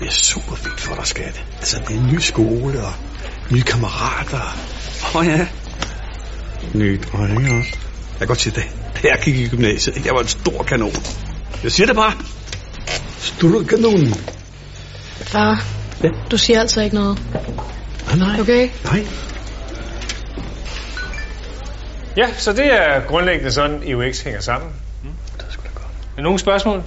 bliver super fedt for dig, skat. Altså, det er en ny skole og nye kammerater. Ja. Nye drenge også. Jeg kan godt sige det. Da jeg gik i gymnasiet, jeg var en stor kanon. Jeg siger det bare. Stor kanon. Far, ja? Du siger altså ikke noget. Nej. Okay? Nej. Ja, så det er grundlæggende sådan, EUX hænger sammen. Det er sgu da godt. Er der nogle spørgsmål?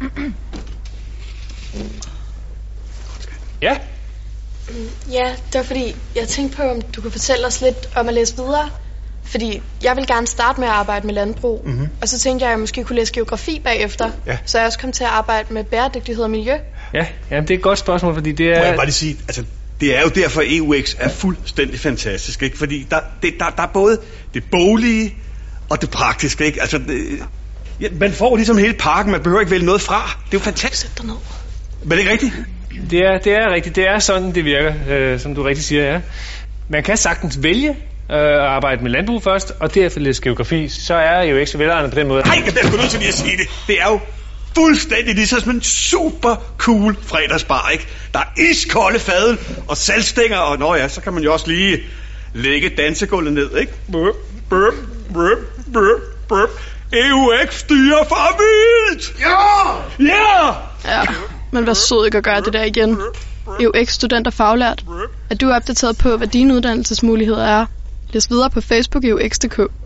Ja? Ja, det var fordi, jeg tænkte på, om du kunne fortælle os lidt om at læse videre. Fordi jeg vil gerne starte med at arbejde med landbrug. Og så tænkte jeg, at jeg måske kunne læse geografi bagefter. Ja. Så jeg også kom til at arbejde med bæredygtighed og miljø. Ja, jamen, det er et godt spørgsmål, fordi det er... Må jeg bare lige sige, altså, det er jo derfor, at EUX er fuldstændig fantastisk, ikke? Fordi der er både det boglige og det praktiske, ikke? Altså, man får ligesom hele pakken, man behøver ikke vælge noget fra. Det er jo fantastisk. Sæt dig ned. Men det er ikke rigtigt? Det er rigtigt. Det er sådan, det virker, som du rigtig siger, ja. Man kan sagtens vælge at arbejde med landbrug først, og derefter læse geografi. Så er EUX velegnet på den måde. Nej, det er sgu nødt til lige at sige det. Det er jo fuldstændig ligesom sådan en super cool fredagsbar, ikke? Der er iskolde fadøl og saltstænger, og nå ja, så kan man jo også lige lægge dansegulvet ned, ikke? Burp, burp, burp, burp, burp. EUX styrer for vildt! Ja! Ja! Ja, men vær sød ikke at gøre det der igen. EUX student og faglært. Er du opdateret på, hvad dine uddannelsesmuligheder er? Læs videre på Facebook EUX.dk.